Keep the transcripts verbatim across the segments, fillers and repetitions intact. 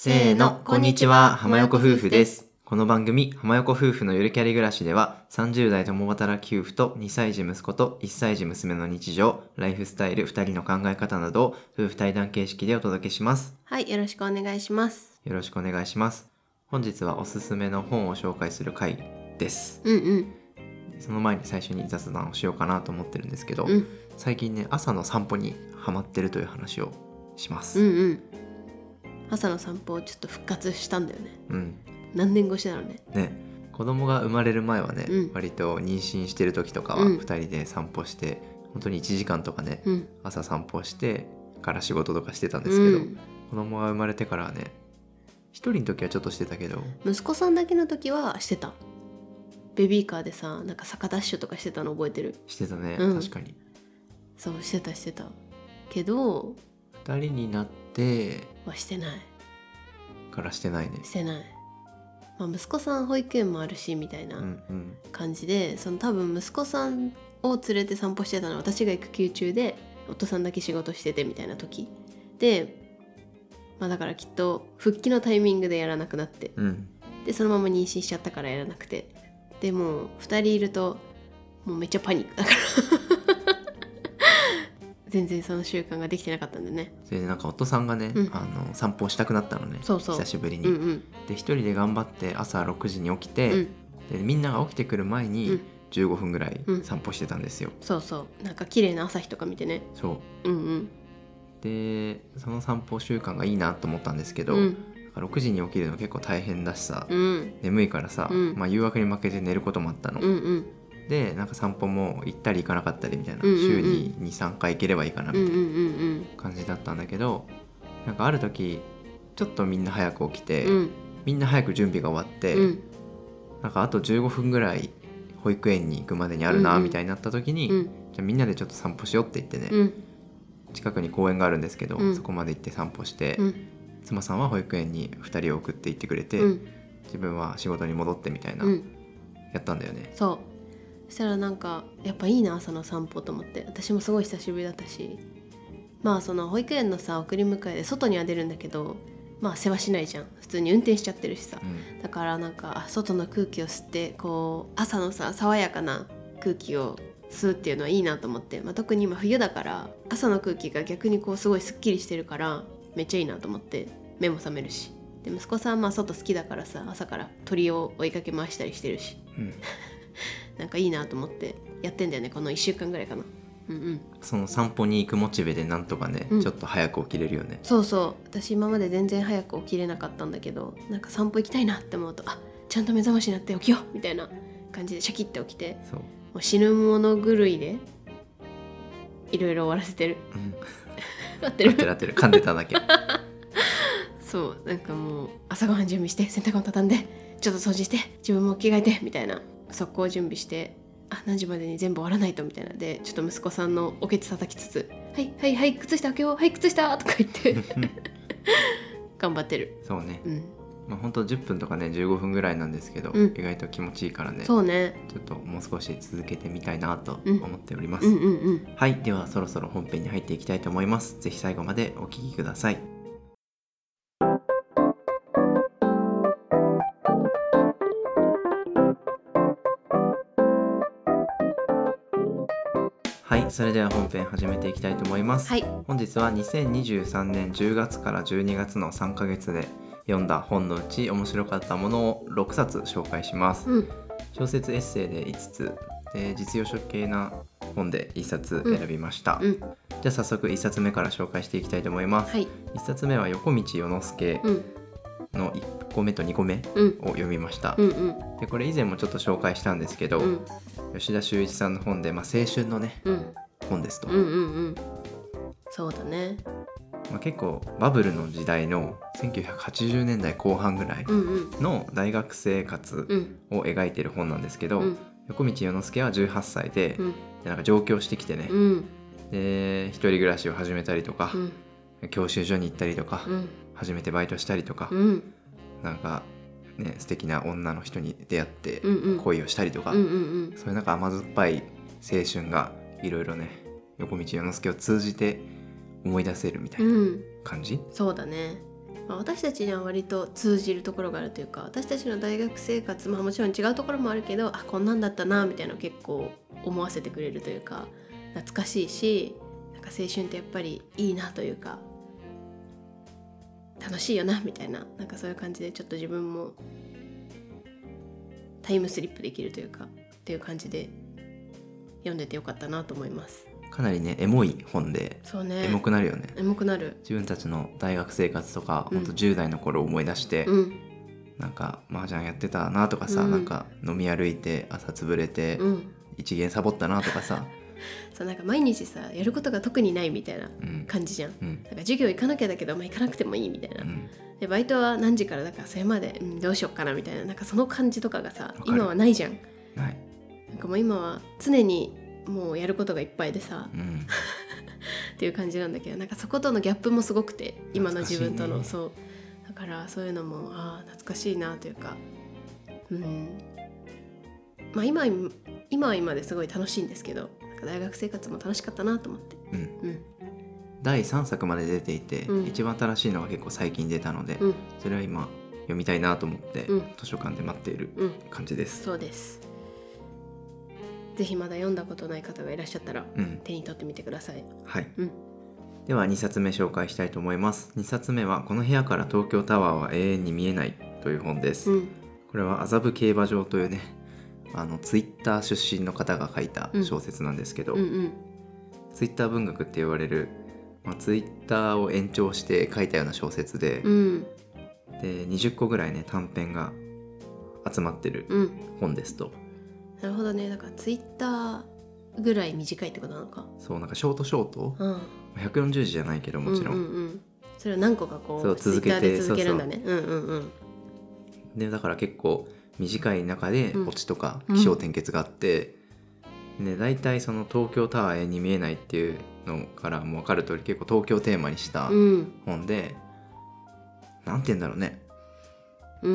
せーの、こんにちは、浜横夫婦です。この番組、浜横夫婦のゆるキャリ暮らしでは、さんじゅう代共働き夫婦とにさい児息子といっさい児娘の日常、ライフスタイル、ふたりの考え方などを夫婦対談形式でお届けします。 はい、よろしくお願いします。 よろしくお願いします。本日はおすすめの本を紹介する回です。 うんうん。 その前に最初に雑談をしようかなと思ってるんですけど、 うん、 最近ね、朝の散歩にハマってるという話をします。 うんうん。朝の散歩をちょっと復活したんだよね。 うん。 何年越しだろうね。 ね、子供が生まれる前はね、 うん割と妊娠してる時とかはうんふたりで散歩して、本当にいちじかんとかね、 うん。 朝散歩してから仕事とかしてたんですけど、 うん子供が生まれてからはね、一人の時はちょっとしてたけど、 息子さんだけの時はしてた。ベビーカーでさ、なんか坂ダッシュとかしてたの覚えてる？ してたね、 うん確かに。 そうしてたしてた。けどふたりになってはしてない。 からしてないね。 してない。まあ息子さん保育園もあるしみたいうんなうん感じで、その多分息子さんを連れて散歩してたのは私が育休中で、夫さんだけ仕事しててみたいな時で、まあだからきっと復帰のタイミングでやらなくなって、 うんでそのまま妊娠しちゃったからやらなくて、でもうふたりいるともうめっちゃパニックだから全然その習慣ができてなかったんだよね。 でなんか夫さんがね、 うんあの散歩したくなったのね。 そうそう久しぶりに、 うんうんで一人で頑張って朝ろくじに起きて、 うんでみんなが起きてくる前うにんじゅうごふんぐらいうん散歩してたんですよ。 そうそうなんか綺麗な朝日とか見てね。 そううんうんでその散歩習慣がいいなと思ったんですけど、 うんろくじに起きるの結構大変だしさ、 うん眠いからさ、 うんまあ、誘惑に負けて寝ることもあったの、 うんうんでなんか散歩も行ったり行かなかったりみたいな、 うんうんうん週に にさんかい行ければいいかなみたいうんうんうんな感じだったんだけど、なんかある時ちょっとみんな早く起きて、 うんみんな早く準備が終わって、 うんなんかあとじゅうごふんぐらい保育園に行くまでにあるなうんうんみたいになった時に、 うんじゃあみんなでちょっと散歩しようって言ってね、 うん近くに公園があるんですけど、 うんそこまで行って散歩して、 うん妻さんは保育園にふたりを送って行ってくれて、 うん自分は仕事に戻ってみたいな、 うんやったんだよね。 そうそしたらなんかやっぱいいな朝の散歩と思って、私もすごい久しぶりだったし、まあその保育園のさ送り迎えで外には出るんだけど、まあ世話しないじゃん、普通に運転しちゃってるしさ、 うんだからなんかあ外の空気を吸ってこう朝のさ爽やかな空気を吸うっていうのはいいなと思って、まあ、特に今冬だから朝の空気が逆にこうすごいすっきりしてるからめっちゃいいなと思って、目も覚めるし、で息子さんはまあ外好きだからさ朝から鳥を追いかけ回したりしてるし、 うんなんかいいなと思ってやってんだよね、このいっしゅうかんぐらいかな。うんうんその散歩に行くモチベでなんとかね、 うんちょっと早く起きれるよね。 そうそう、私今まで全然早く起きれなかったんだけど、なんか散歩行きたいなって思うと、あちゃんと目覚ましになって起きようみたいな感じでシャキッて起きて、 そう、 もう死ぬもの狂いでいろいろ終わらせてる。 うん、 合ってる合ってる合ってる、噛んでただけそうなんかもう朝ごはん準備して洗濯物畳んでちょっと掃除して自分も着替えてみたいな、速攻準備して、あ何時までに全部終わらないとみたいなで、ちょっと息子さんのおけつ叩きつつ、はいはいはい靴下開けよう、はい靴下とか言って頑張ってる。 そうね、 うんまあ、ほんとじゅっぷんとかねじゅうごふんぐらいなんですけど、 うん意外と気持ちいいからね、 そうね、 ちょっともう少し続けてみたいなとうん思っております、 うんうんうんはい、ではそろそろ本編に入っていきたいと思います。ぜひ最後までお聞きください。はい、それでは本編始めていきたいと思います、 はい本日はにせんにじゅうさんねんじゅうがつからじゅうにがつのさんかげつで読んだ本のうち面白かったものをろくさつ紹介します、 うん小説エッセイでいつつで実用書系な本でいっさつ選びました、 うんじゃあ早速いっさつめから紹介していきたいと思います、 はいいっさつめは横道世之助うんのいっこめとにこめうんを読みました、 うんうんでこれ以前もちょっと紹介したんですけど、 うん吉田修一さんの本で、まあ、青春のねうん本ですと、 うんうんうんそうだね、 まあ、結構バブルの時代のせんきゅうひゃくはちじゅうねんだいこう半ぐらいうんうんの大学生活うんを描いてる本なんですけど、 うん横道世之助はじゅうはっさいで、 うんでなんか上京してきてね、 うんで一人暮らしを始めたりとかう、ん教習所に行ったりとか、 うん初めてバイトしたりとか、 うんなんかね素敵な女の人に出会ってうんうん恋をしたりとか、 うんうんそういうなんか甘酸っぱい青春がいろいろね横道世之助を通じて思い出せるみたいなうん感じ、 そうだね。 まあ、私たちには割と通じるところがあるというか、私たちの大学生活、まあ、もちろん違うところもあるけど、あこんなんだったなみたいなのを結構思わせてくれるというか、懐かしいし、なんか青春ってやっぱりいいなというか楽しいよなみたいな、なんかそういう感じでちょっと自分もタイムスリップできるというかっていう感じで読んでてよかったなと思います。 かなりねエモい本で、 そうね、 エモくなるよね。 エモくなる。 自分たちの大学生活とか、 うん、 ほんとじゅう代の頃を思い出して、 うん、 なんか麻雀やってたなとかさ、 うん、 なんか飲み歩いて朝潰れて、 うん、 一元サボったなとかさそうなんか毎日さやることが特にないみたいな感じじゃん、うん、なんか授業行かなきゃだけど、まあ、行かなくてもいいみたいな、うん、でバイトは何時からだからそれまで、うん、どうしよっかなみたいな、なんかその感じとかがさ今はないじゃん。 ない。 なんかもう今は常にもうやることがいっぱいでさ、うん、っていう感じなんだけど、なんかそことのギャップもすごくて、今の自分との、そうだからそういうのもああ懐かしいなというか、うんまあ今今は今ですごい楽しいんですけど、なんか大学生活も楽しかったなと思って、うんうん、 だいさんさくまで出ていて、うん、一番新しいのが結構最近出たので、うん、それは今読みたいなと思って、うん、図書館で待っている感じです、 うん、そうです。ぜひまだ読んだことない方がいらっしゃったら、うん、手に取ってみてください。 はい、うん、ではにさつめ紹介したいと思います。にさつめはこの部屋から東京タワーは永遠に見えないという本です、うん、これは麻布競馬場というね、あのツイッター出身の方が書いた小説なんですけど、うんうんうん、ツイッター文学って言われる、まあ、ツイッターを延長して書いたような小説で、うん、でにじゅっこぐらいね短編が集まってる本ですと、 うん、なるほどね。だからツイッターぐらい短いってことなのか。 そう、なんかショートショート、うん、ひゃくよんじゅうじじゃないけどもちろん、うんうんうん、 それを何個かこうそう続けてツイッターで続けるんだね。そうそう、うんうんうん、 でだから結構短い中でオチとか起承転結があって、うんうん、で大体その東京タワーに見えないっていうのからも分かる通り結構東京テーマにした本で、うん、なんて言うんだろうね、うん、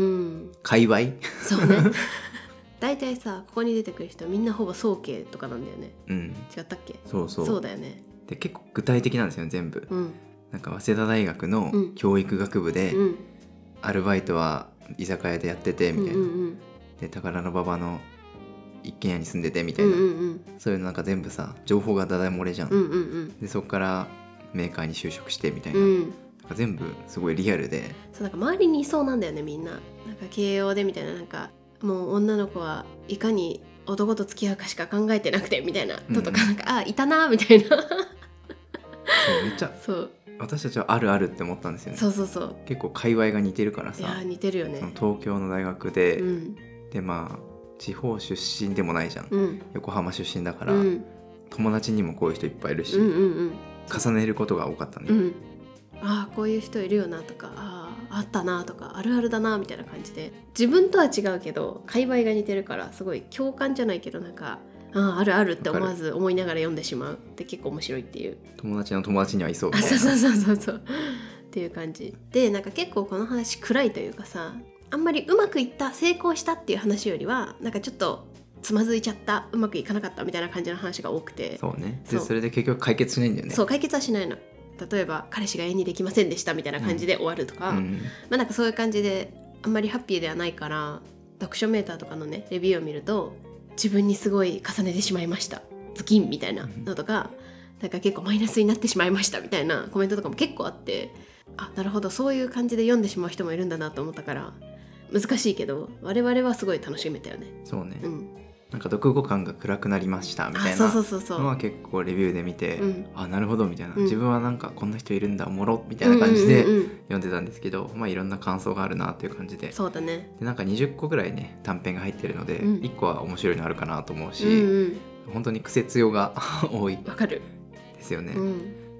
界隈そうね大体さここに出てくる人みんなほぼ早慶とかなんだよね、うん、違ったっけ。 そうそうそうだよね。 で結構具体的なんですよね全部、うん、なんか早稲田大学の教育学部で、うん、アルバイトは居酒屋でやっててみたいな、うんうんうん、で宝の馬場の一軒家に住んでてみたいな、うんうんうん、そういうのなんか全部さ情報がダダ漏れじゃん、うんうんうん、でそこからメーカーに就職してみたいな、うん、なんか全部すごいリアルで、 そうなんか周りにいそうなんだよねみんな。なんか慶応でみたいな、なんかもう女の子はいかに男と付き合うかしか考えてなくてみたいなのとか、うん、なんかあいたなみたいなそうめっちゃそう私たちはあるあるって思ったんですよね。 そうそうそう、 結構界隈が似てるからさ。 いや似てるよね。 その東京の大学で、うん、でまあ地方出身でもないじゃん、うん、横浜出身だから、うん、友達にもこういう人いっぱいいるし、うんうんうん、重ねることが多かったね、うん、ああこういう人いるよなとか、あああったなとか、あるあるだなみたいな感じで、自分とは違うけど界隈が似てるからすごい共感じゃないけど、なんかああ、あるあるって思わず思いながら読んでしまうって結構面白いっていう。 友達の友達にはいそうみたいな。 あ、そうそうそうそうっていう感じで、なんか結構この話暗いというかさ、あんまりうまくいった成功したっていう話よりはなんかちょっとつまずいちゃった、うまくいかなかったみたいな感じの話が多くて、 そうね。で そ, それで結局解決しないんだよね。 そう解決はしないの。例えば彼氏が絵にできませんでしたみたいな感じで終わるとか、うんうん、まあなんかそういう感じであんまりハッピーではないから、読書メーターとかのねレビューを見ると自分にすごい重ねてしまいましたズキンみたいなのとか、うん、なんか結構マイナスになってしまいましたみたいなコメントとかも結構あって、あ、なるほどそういう感じで読んでしまう人もいるんだなと思ったから、難しいけど我々はすごい楽しめたよね。 そうね、うん、なんか読後感が暗くなりましたみたいなのは結構レビューで見て、うん、あ、なるほどみたいな、うん、自分はなんかこんな人いるんだおもろみたいな感じで読んでたんですけど、まあいろんな感想があるなっていう感じで、 そうだね。 でなんかにじゅっこぐらいね短編が入ってるので、うん、いっこは面白いのあるかなと思うし、うんうん、本当に癖強が多いわかるですよね、うん、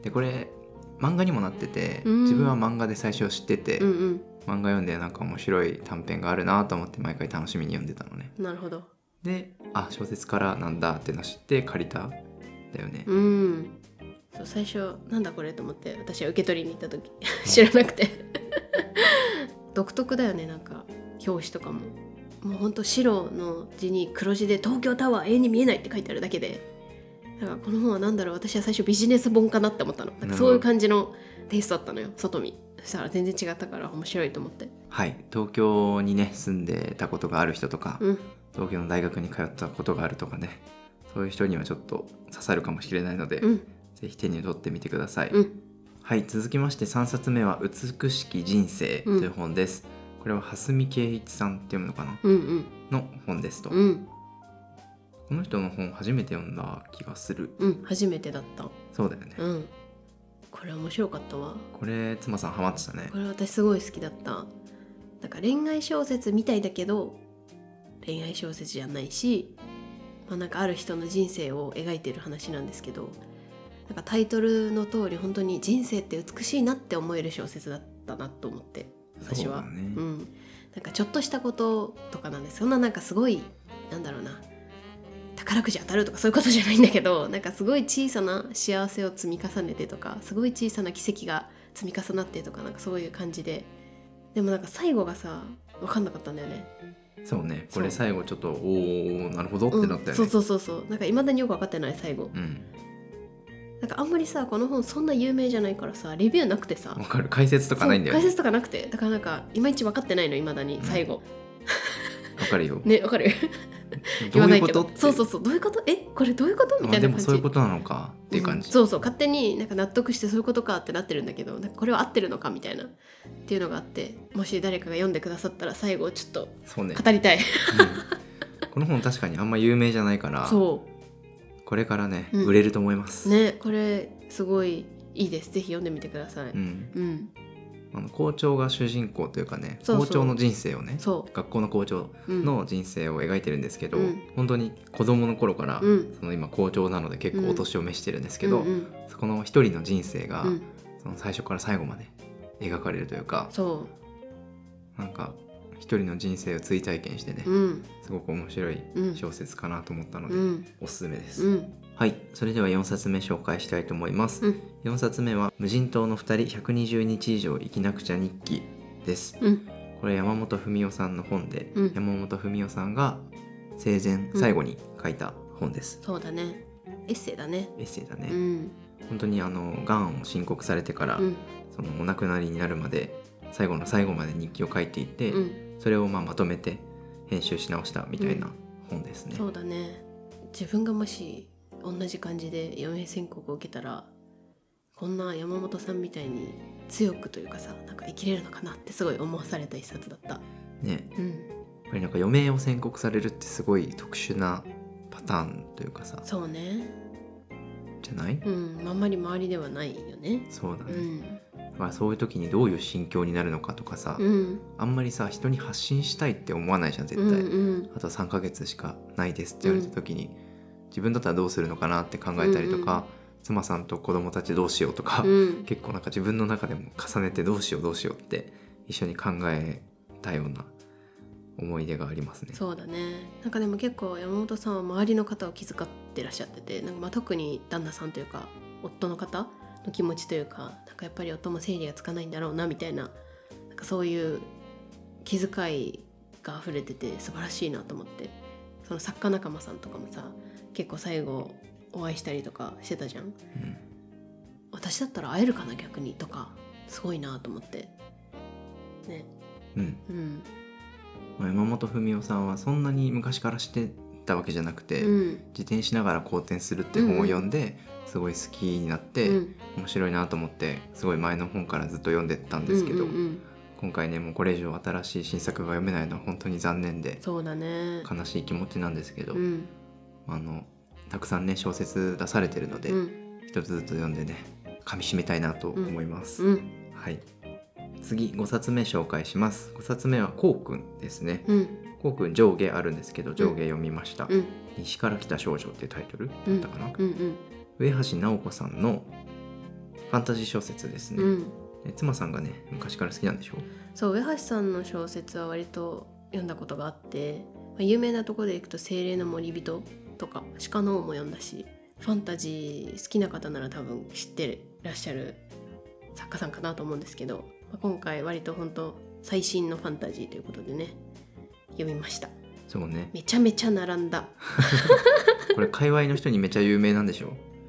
でこれ漫画にもなってて、うん、自分は漫画で最初知ってて、うんうん、漫画読んでなんか面白い短編があるなと思って毎回楽しみに読んでたのね。 なるほど。 で、あ、小説からなんだっての知って借りただよね。 うん。そう最初なんだこれと思って私は受け取りに行った時知らなくて独特だよね、なんか表紙とかももうほんと白の字に黒字で東京タワー永遠に見えないって書いてあるだけで、だからこの本はなんだろう、私は最初ビジネス本かなって思ったの。なんかそういう感じのテイストだったのよ、外見。 そしたら全然違ったから面白いと思って。 はい、東京にね住んでたことがある人とか、 うん、 東京の大学に通ったことがあるとかね、そういう人にはちょっと刺さるかもしれないので、 うん、 ぜひ手に取ってみてください、 うん、 はい、続きましてさんさつめは美しき人生という本です、うん、これは蓮見圭一さんって読むのかな、 うんうん、 の本ですと、 うん、 この人の本初めて読んだ気がする。 うん、初めてだった。 そうだよね、 うん、これ面白かったわ。 これ妻さんハマってたね。 これ私すごい好きだった。なんか恋愛小説みたいだけど恋愛小説じゃないし、まあ、なんかある人の人生を描いてる話なんですけど、なんかタイトルの通り本当に人生って美しいなって思える小説だったなと思って、私は。 そうだね、 うん、なんかちょっとしたこととかなんです。そんななんかすごいなんだろうな、宝くじ当たるとかそういうことじゃないんだけど、なんかすごい小さな幸せを積み重ねてとか、すごい小さな奇跡が積み重なってとか、なんかそういう感じで、でもなんか最後がさ分かんなかったんだよね。 そうね、これ最後ちょっとおーなるほどってなったよね、 うん、そうそうそうそう、なんか未だによく分かってない最後、 うん、 なんかあんまりさこの本そんな有名じゃないからさレビューなくてさ、 わかる、解説とかないんだよね。 解説とかなくて、だからなんかいまいち分かってないの未だに最後、 わ、うん、かるよね、分かるどういうことって、 そうそうそう、どういうこと、えこれどういうことみたいな感じ、 でもそういうことなのかっていう感じ、 うん、そうそう、勝手になんか納得してそういうことかってなってるんだけど、なんかこれは合ってるのかみたいなっていうのがあって、もし誰かが読んでくださったら最後ちょっとそうね、 語りたい、 うん、この本確かにあんま有名じゃないから、 そうこれからね、 うん、 売れると思いますね。これすごいいいです、ぜひ読んでみてください。 うん、 うん、 あの校長が主人公というかね、 そうそう校長の人生をね、 そう学校の校長の人生を描いてるんですけど、 うん、 本当に子供の頃から、 うん、 その今校長なので結構お年を召してるんですけど、 うんうん、 そこの一人の人生が、 うん、 その最初から最後まで描かれるというか、 そなんか一人の人生を追体験してね、 う、うん、 すごく面白い小説かなと思ったので、 うん、 おすすめです、 うん、 はい、それではよんさつめ紹介したいと思います、 うん、 よんさつめは無人島のふたりひゃくにじゅうにち以上生きなくちゃ日記です、 うん、 これ山本文夫さんの本で、 うん、 山本文夫さんが生前最後に書いた本です、 うん、そうだね、エッセイだね、 エッセイだね、 うん、 本当にあのがんを申告されてから、 うん、 そのお亡くなりになるまで最後の最後まで日記を書いていて、 うん、 それをまあまとめて編集し直したみたいな本ですね、 うん、そうだね。自分がもし同じ感じで余命宣告を受けたら、こんな山本さんみたいに強くというかさ、なんか生きれるのかなってすごい思わされた一冊だったね、 うん、 やっぱりなんか余命を宣告されるってすごい特殊なパターンというかさ、 そうね、 じゃない？ うん、あんまり周りではないよね。 そうだね、 うん、 まあ、そういう時にどういう心境になるのかとかさ、 うん、 あんまりさ人に発信したいって思わないじゃん絶対、 うんうん、 あとさんかげつしかないですって言われた時に、うん、自分だったらどうするのかなって考えたりとか、うんうん、妻さんと子供たちどうしようとか、うん、結構なんか自分の中でも重ねてどうしようどうしようって一緒に考えたような思い出がありますね。 そうだね。なんかでも結構山本さんは周りの方を気遣ってらっしゃってて、なんかまあ特に旦那さんというか夫の方の気持ちというか、なんかやっぱり夫も整理がつかないんだろうなみたいな、なんかそういう気遣いが溢れてて素晴らしいなと思って、その作家仲間さんとかもさ結構最後お会いしたりとかしてたじゃん、うん、私だったら会えるかな逆にとかすごいなと思ってね。 うん、うんまあ、山本文夫さんはそんなに昔から知ってたわけじゃなくて、うん、自転しながら好転するって本を読んで、うん、すごい好きになって、うん、面白いなと思ってすごい前の本からずっと読んでたんですけど、うんうんうん、今回ねもうこれ以上新しい新作が読めないのは本当に残念で、 そうだね、 悲しい気持ちなんですけど、 うん、あのたくさんね小説出されてるので、うん、一つずつ読んでね噛み締めたいなと思います、うんうん、はい。次ごさつめ紹介します。ごさつめはこうくんですね、うん、こうくん上下あるんですけど上下読みました、うん、西から来た少女っていうタイトルだったかな、うんうんうん、上橋直子さんのファンタジー小説ですね、うん、妻さんがね昔から好きなんでしょ。 そう、上橋さんの小説は割と読んだことがあって、まあ、有名なところでいくと精霊の森人とか鹿の王も読んだし、ファンタジー好きな方なら多分知ってらっしゃる作家さんかなと思うんですけど、今回割と本当最新のファンタジーということでね読みました。 そうね、 めちゃめちゃ並んだこれ界隈の人にめちゃ有名なんでしょ。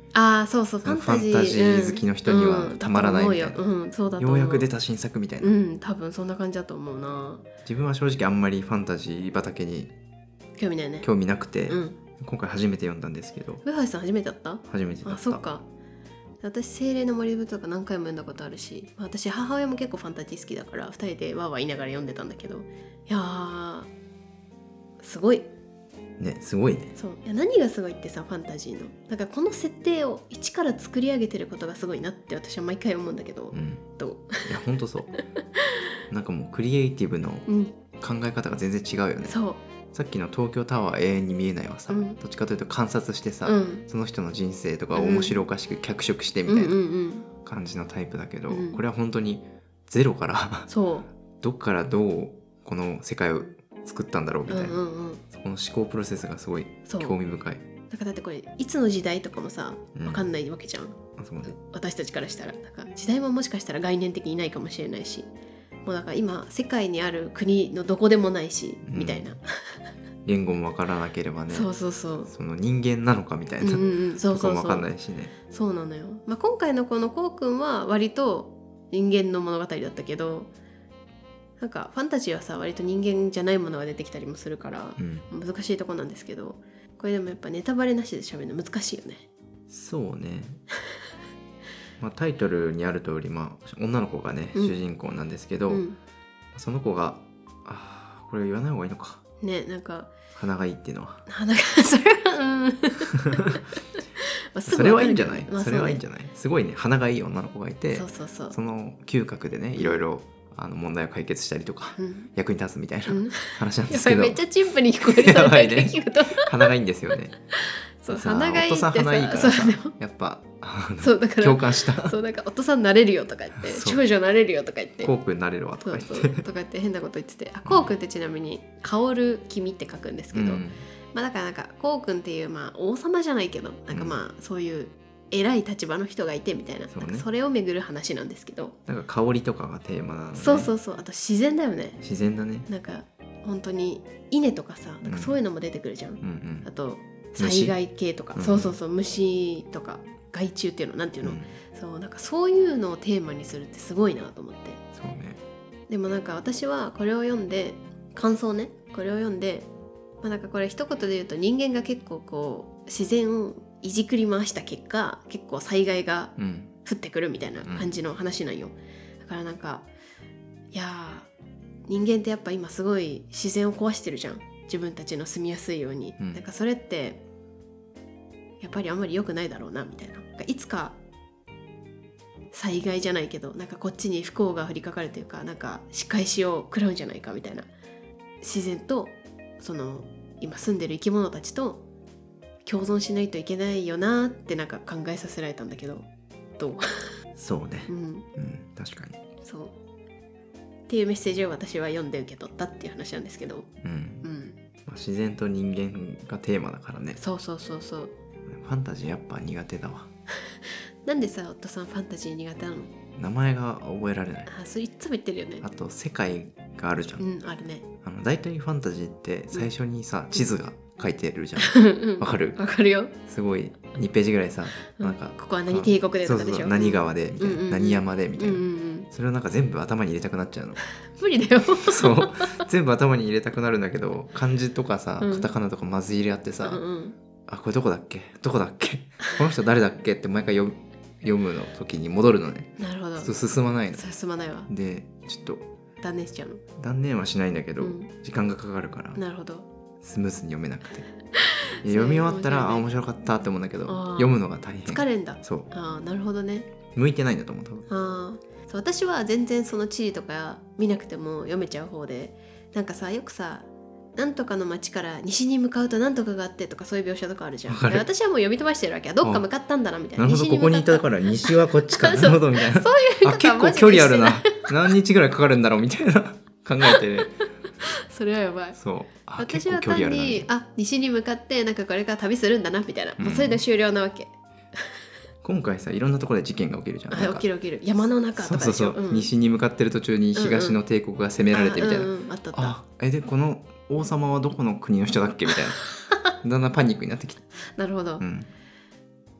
ああそうそう、ファンタジーファンタジー好きの人にはたまらないみたいな、 うん、だと思うよ、うん、そうだと思う。 ようやく出た新作みたいな、 うん多分そんな感じだと思うな。 自分は正直あんまりファンタジー畑に興味ないね。 興味なくて、 うん、 今回初めて読んだんですけど。 上橋さん初めてだった？ 初めてだった。 あそっか。私精霊の森部とか何回も読んだことあるし、私母親も結構ファンタジー好きだからふたりでわーわー言いながら読んでたんだけど、いやーすごいね、すごいね。 そういや何がすごいってさ、ファンタジーのだからこの設定を一から作り上げてることがすごいなって私は毎回思うんだけど、 うん、 どう？ いやほんとそうなんかもうクリエイティブのうん考え方が全然違うよね、 そうさっきの東京タワー永遠に見えないはさ、 うんどっちかというと観察してさ、 うんその人の人生とかを面白おかしく脚色してみたいなうんうんうん感じのタイプだけど、 うんこれは本当にゼロからそどっからどうこの世界を作ったんだろうみう、うたいな、 んうんうん、 そこの思考プロセスがすごいそう興味深い。 だからだってこれいつの時代とかもさうん分かんないわけじゃん、 あそうね私たちからしたら。なんか時代ももしかしたら概念的にないかもしれないし、もうだから今世界にある国のどこでもないし、 うんみたいな言語も分からなければね、 そうそうそう、 その人間なのかみたいな、 うんうんうん、そうそうそうとかも分かんないしね。 そうなのよ、まあ、今回のこのこうくんは割と人間の物語だったけど、なんかファンタジーはさ割と人間じゃないものが出てきたりもするからうん難しいとこなんですけど、これでもやっぱネタバレなしで喋るの難しいよね。 そうねまあタイトルにある通り、まあ、女の子がね、 うん主人公なんですけど、 うんその子があーこれ言わない方がいいのか、 ね、なんか鼻がいいっていうのは鼻がそれはうんまあすそれぐわかるけどはいいんじゃない、 まあそれはいいんゃじゃない、すごいね鼻がいい女の子がいて、 そうそうそうその嗅覚でねいろいろあの問題を解決したりとか、 うん役に立つみたいなうん話なんでやすけど、 ばいめっちゃチンプに聞こえるやばいねそれだけ聞くと鼻がいいんですよねそうさ鼻がいいってさお父さん鼻いいからさそうでもやっぱあのそうだから共感したそうなんかお父さんなれるよとか言ってそう長女なれるよとか言ってコークになれるわとそうか言ってそうとか言って変なこと言ってて、あこうくんってちなみに香る君って書くんですけど、 うんまあだからなんかこうくんっていうまあ王様じゃないけどなんかまあそういう偉い立場の人がいてみたいな、 そうねなんかそれをめぐる話なんですけど、 なんか香りとかがテーマなので、 そうそうそう、あと自然だよね。 自然だね。 なんか本当に稲とかさなんかそういうのも出てくるじゃん、 うんうんあと虫災害系とか、 うんそうそうそう虫とか害虫っていうのなんていうの、 うんそうなんかそういうのをテーマにするってすごいなと思って。 そうね。 でもなんか私はこれを読んで感想ねこれを読んで、まあ、なんかこれ一言で言うと人間が結構こう自然をいじくり回した結果結構災害がうん降ってくるみたいな感じの話なんよ、だからなんかいやー人間ってやっぱ今すごい自然を壊してるじゃん自分たちの住みやすいように、 うんなんかそれってやっぱりあんまり良くないだろうなみたいな、なんかいつか災害じゃないけどなんかこっちに不幸が降りかかるというかなんか仕返しを食らうんじゃないかみたいな、自然とその今住んでる生き物たちと共存しないといけないよなってなんか考えさせられたんだけどどうそうねう。んうん確かに。 そうっていうメッセージを私は読んで受け取ったっていう話なんですけど、 うん。 うんまあ、自然と人間がテーマだからね。 そうそうそうそう。 ファンタジーやっぱ苦手だわ。 なんでさ夫さんファンタジー苦手なの？ 名前が覚えられない。 あそれいつも言ってるよね。 あと世界があるじゃん。 うんあるね。 あの大体ファンタジーって最初にさ、地図が書いてるじゃん。 うんわかる？ わかるよ。 すごいにページぐらいさ、 うんなんかここは何帝国でとかでしょ。 そうそうそう何川でみたいな、 うんうんうん何山でみたいな、 うんうんうん、 それをなんか全部頭に入れたくなっちゃうの。 無理だよ。 そう全部頭に入れたくなるんだけど漢字とかさ、 うんカタカナとかまず入れ合ってさ、 うんうんあこれどこだっけどこだっけこの人誰だっけって毎回読む読むの時に戻るのね。 なるほど。 そう進まないの進まないわ。 でちょっと断念しちゃうの。 断念はしないんだけど、 うん時間がかかるからなるほど。 スムーズに読めなくてで読み終わったらあ面白かったって思うんだけどあー読むのが大変。 疲れんだ。 そうああなるほどね。 向いてないんだと思う多分。 ああそう私は全然その地理とか見なくても読めちゃう方で、なんかさよくさなんとかの町から西に向かうとなんとかがあってとかそういう描写とかあるじゃん。 わかるで私はもう読み飛ばしてるわけ。どっか向かったんだなみたいな。 なるほど西ここにいた向から西はこっちかそうなるほどみたいな。 そういうあことは結構距離あるなマジでして何日ぐらいかかるんだろうみたいな考えてそれはやばい。 そうあ結私は単構距離あるなにあ西に向かってなんかこれから旅するんだなみたいな、 うんもうそれで終了なわけ。 今回さいろんなところで事件が起きるじゃん。なんかあ起きる起きる山の中とかでしょ。 そうそうそう、 うん西に向かってる途中に東の帝国が攻められてみたいな、 あ,、うんうん、あったあった。 あえでこの王様はどこの国の人だっけみたいなだんだんパニックになってきた。 なるほど。 うん夫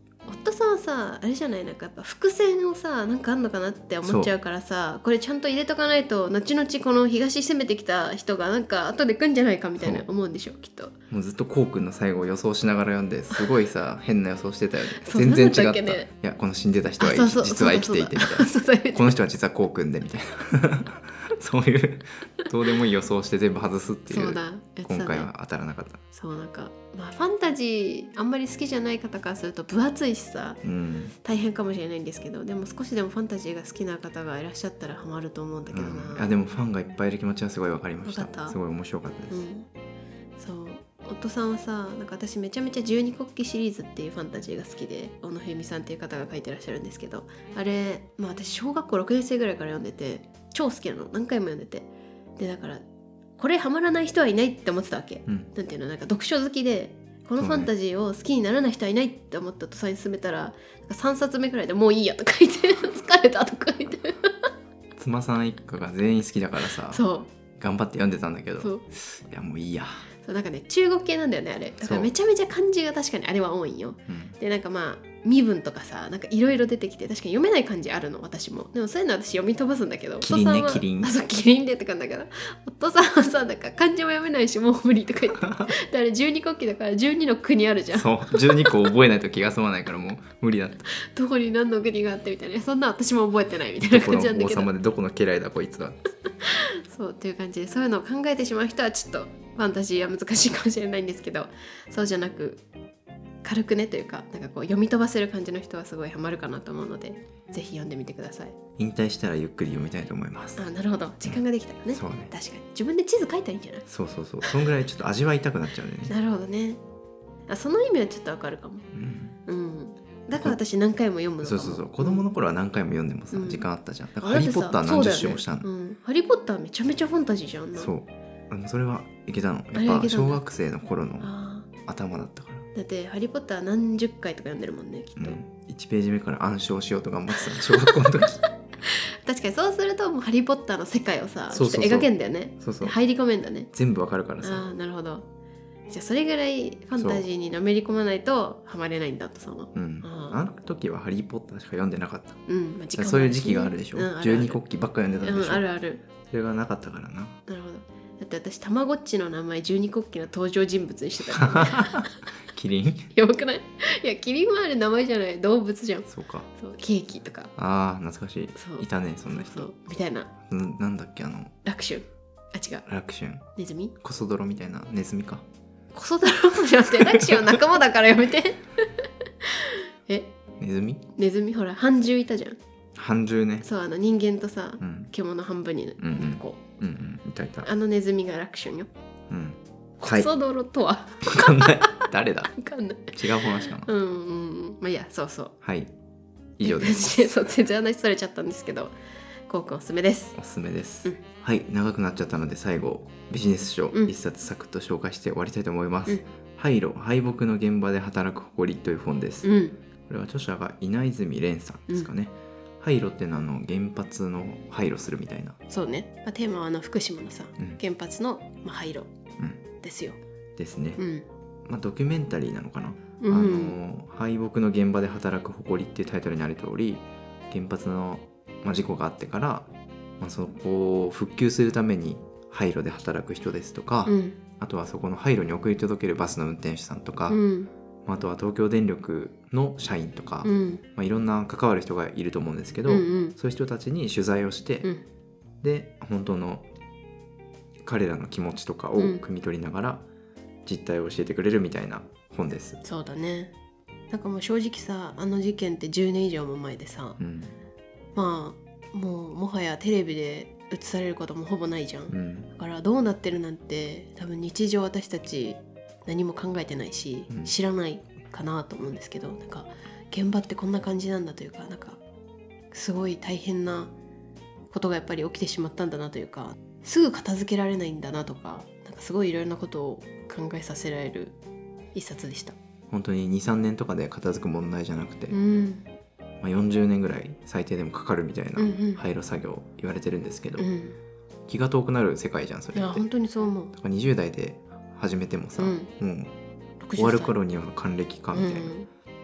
夫さんはさあれじゃない、なんかやっぱ伏線をさなんかあんのかなって思っちゃうからさ、これちゃんと入れとかないと後々この東攻めてきた人がなんか後で来んじゃないかみたいな思うんでしょきっと。 もうずっとこうくんの最後を予想しながら読んですごいさ変な予想してたよね。 そう全然違ったなんだっけねいやこの死んでた人はあそうそう実は生きていてみたいなそうそうそうこの人は実はこうくんでみたいなそういうどうでもいい予想して全部外すっていうそうだやってたね今回は当たらなかった。 そうなんかまあファンタジーあんまり好きじゃない方からすると分厚いしさうん、 大変かもしれないんですけど、でも少しでもファンタジーが好きな方がいらっしゃったらハマると思うんだけどな、 うん、いやでもファンがいっぱいいる気持ちはすごい分かりました。 わかったすごい面白かったです、 うん、そう夫さんはさなんか私めちゃめちゃ十二国旗シリーズっていうファンタジーが好きで、小野冬美さんっていう方が書いてらっしゃるんですけど、あれまあ私小学校ろくねん生ぐらいから読んでて超好きなの、何回も読んでて、でだからこれハマらない人はいないって思ってたわけ、 うん、 なんていうの、なんか読書好きでこのファンタジーを好きにならない人はいないって思ったとさんに進めたら、なんかさんさつめくらいでもういいやとか言って疲れたとか言って妻さん一家が全員好きだからさそう頑張って読んでたんだけど、 そういやもういいや、 そうなんかね中国系なんだよねあれ、だからめちゃめちゃ漢字が確かにあれは多いんよ。 うん、 でなんかまあ身分とかさなんかいろいろ出てきて確かに読めない漢字あるの私も。でもそういうの私読み飛ばすんだけど、 キリンね夫さんはキリンあそうキリンでって感じだから、夫さんはさなんか漢字も読めないしもう無理とか言ってであれ十二国旗だからじゅうにの国あるじゃん、 そうじゅうにこ覚えないと気が済まないからもう無理だった。 どこに何の国があってみたいな、そんな私も覚えてないみたいなどこの感じなんだけど、 王様でどこの家来だこいつはそうっていう感じで、そういうのを考えてしまう人はちょっとファンタジーは難しいかもしれないんですけど、そうじゃなく軽くねというか、なんかこう読み飛ばせる感じの人はすごいハマるかなと思うので、ぜひ読んでみてください。 引退したらゆっくり読みたいと思います。 あ、なるほど、時間ができたらね、 そうね、 確かに自分で地図書いたらいいんじゃない？ そうそうそう、そんぐらいちょっと味わいたくなっちゃうんだよね。 なるほどね。あ、その意味はちょっとわかるかも。 うん、 うん。だから私何回も読むのかも。 そうそうそう、子供の頃は何回も読んでもさ、 うん時間あったじゃん。だかあらハリー・ポッター何十周もしたの。 そうだよね、うん、ハリー・ポッターめちゃめちゃファンタジーじゃんな。 そうあのそれはいけたの。 あれはいけたんだやっぱ小学生の頃のあ頭だったから、 ーだってハリー・ポッター何十回とか読んでるもんねきっと、 うん、いちページ目から暗唱しようと頑張ってたの小学校の時確かにそうするともうハリー・ポッターの世界をさそうそうそうきっと描けんだよね。 そうそう入り込めんだね。 全部わかるからさ。 ああなるほど。じゃあそれぐらいファンタジーにのめり込まないとハマれないんだとさんは。 うん、 ああの時はハリー・ポッターしか読んでなかった。 うん、まあ、時間もあるしねそういう時期があるでしょ、 うんあるある十二国旗ばっか読んでたんでしょ、 うん、あるある。 それがなかったからな。 なるほど。だって私たまごっちの名前十二国旗の登場人物にしてたから、ね、 キリンやばくない？いやキリンはあれ名前じゃない動物じゃん。 そうか、 そうケーキとかあー懐かしい。 そういたねそんな人。 そうみたいな。 んなんだっけあの楽春あ違う楽春ネズミコソ泥みたいなネズミか。 コソ泥じゃなくて楽春は仲間だからやめてえネズミネズミほら半獣いたじゃん。 半獣ね。 そうあの人間とさ、 うん獣半分になるうんうんこうんうんいたいた。 うあのネズミが楽春よ。 うんコはいソ泥とは、 わかんない誰だわかんない。 違う話かな。 うんうんうんまあいいやそうそうはい以上でってす。 感じでそう全然話されちゃったんですけど、こうくんおすすめです。 おすすめです、 うんはい長くなっちゃったので最後ビジネス書うん一冊サクッと紹介して終わりたいと思います、 うん廃炉敗北の現場で働く誇りという本です、 うんこれは著者が稲泉蓮さんですかね、廃炉っていうのはあの原発の廃炉するみたいな、 そうね、まあ、テーマはあの福島のさうん原発の、まあ、廃炉うん、 ですよ。 ですね、 うんまあ、ドキュメンタリーなのかな、 うんあの敗北の現場で働く誇りっていうタイトルにある通り原発の、まあ、事故があってから、まあ、そこを復旧するために廃炉で働く人ですとか、 うんあとはそこの廃炉に送り届けるバスの運転手さんとか、 うんまあ、あとは東京電力の社員とか、 うんまあ、いろんな関わる人がいると思うんですけど、 うんうんそういう人たちに取材をして、 うんで本当の彼らの気持ちとかを汲み取りながら実態を教えてくれるみたいな本です。 そうだね。なんかもう正直さあの事件ってじゅうねん以上も前でさ、 うんまあもうもはやテレビで映されることもほぼないじゃん、 うんだからどうなってるなんて多分日常私たち何も考えてないし、 うん知らないかなと思うんですけど、なんか現場ってこんな感じなんだというか、なんかすごい大変なことがやっぱり起きてしまったんだなというか、すぐ片付けられないんだなとか、なんかすごいいろいろなことを考えさせられる一冊でした。 本当に にさんねんとかで片付く問題じゃなくて、 うんまあ、よんじゅうねんぐらい最低でもかかるみたいなうんうん廃炉作業言われてるんですけど、 うん気が遠くなる世界じゃんそいれって。 や本当にそう思う。 だからにじゅう代で始めてもさ、 うんもう終わる頃には還暦かみたいな、 うん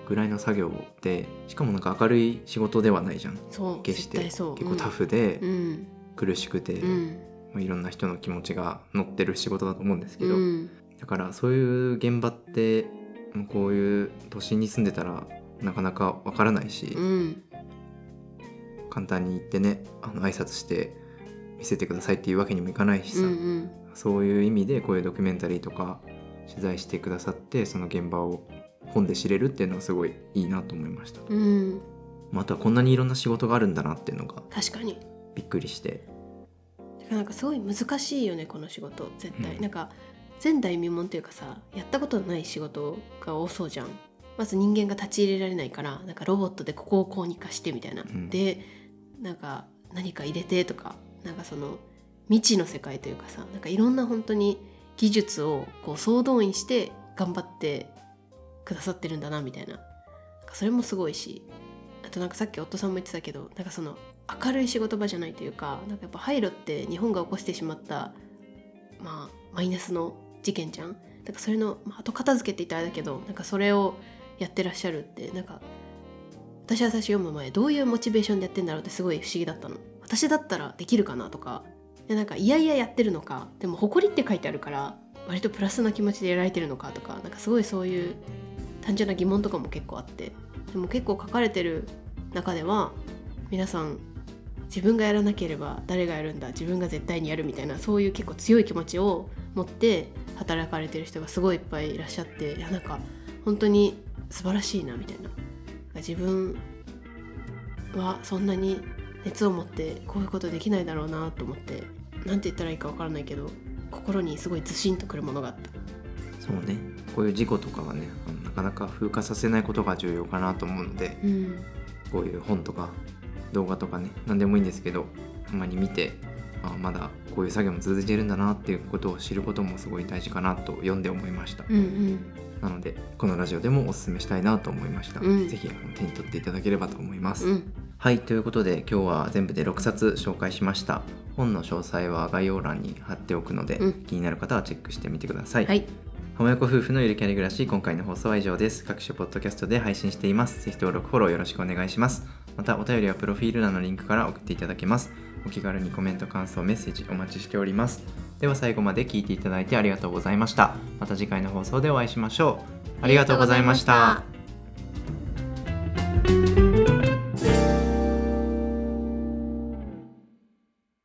ぐらいの作業で、しかもなんか明るい仕事ではないじゃん。 そう決して絶対そう結構タフでうん苦しくて、 うんまあ、いろんな人の気持ちが乗ってる仕事だと思うんですけど、 うんだからそういう現場ってもうこういう都心に住んでたらなかなかわからないし、 うん簡単に行ってねあの挨拶して見せてくださいっていうわけにもいかないしさ、 うんうんそういう意味でこういうドキュメンタリーとか取材してくださって、その現場を本で知れるっていうのはすごいいいなと思いました。 うんまたこんなにいろんな仕事があるんだなっていうのが確かに。 びっくりして、 だからなんかすごい難しいよねこの仕事絶対、 うんなんか前代未聞っていうかさ、やったことのない仕事が多そうじゃん。まず人間が立ち入れられないから、なんかロボットでここをこうにかしてみたいな、 うん、 でなんか何か入れてとか、なんかその未知の世界というかさ、なんかいろんな本当に技術をこう総動員して頑張ってくださってるんだなみたいな、なんかそれもすごいし、あとなんかさっき夫さんも言ってたけど、なんかその明るい仕事場じゃないというか、なんかやっぱ廃炉って日本が起こしてしまったまあマイナスの事件じゃん。だからそれの、まあ、後片付けって言ったらあれだけど、なんかそれをやってらっしゃるって、なんか私は最初読む前どういうモチベーションでやってんだろうってすごい不思議だったの。私だったらできるかなとか、でなんかいやいややってるのか、でも誇りって書いてあるから割とプラスな気持ちでやられてるのかとか、なんかすごいそういう単純な疑問とかも結構あって、でも結構書かれてる中では皆さん自分がやらなければ誰がやるんだ、自分が絶対にやるみたいな、そういう結構強い気持ちを持って働かれてる人がすごいいっぱいいらっしゃって、いやなんか本当に素晴らしいなみたいな、自分はそんなに熱を持ってこういうことできないだろうなと思って、なんて言ったらいいかわからないけど心にすごいずしんとくるものがあった。 そうね、こういう事故とかはねなかなか風化させないことが重要かなと思うので、 うん、 こういう本とか動画とかね何でもいいんですけど、たまに見て、あまだこういう作業も続いてるんだなっていうことを知ることもすごい大事かなと読んで思いました。 うんうんなのでこのラジオでもおすすめしたいなと思いました、 うん、 ぜひ手に取っていただければと思います、 うん、 はい、ということで今日は全部でろくさつ紹介しました。本の詳細は概要欄に貼っておくので、 うん、 気になる方はチェックしてみてください。 はい、 浜横夫婦のゆるキャリ暮らし、今回の放送は以上です。各種ポッドキャストで配信しています。ぜひ登録フォローよろしくお願いします。またお便りはプロフィール欄のリンクから送っていただけます。お気軽にコメント、感想、メッセージお待ちしております。では最後まで聞いていただいてありがとうございました。また次回の放送でお会いしましょう。ありがとうございました。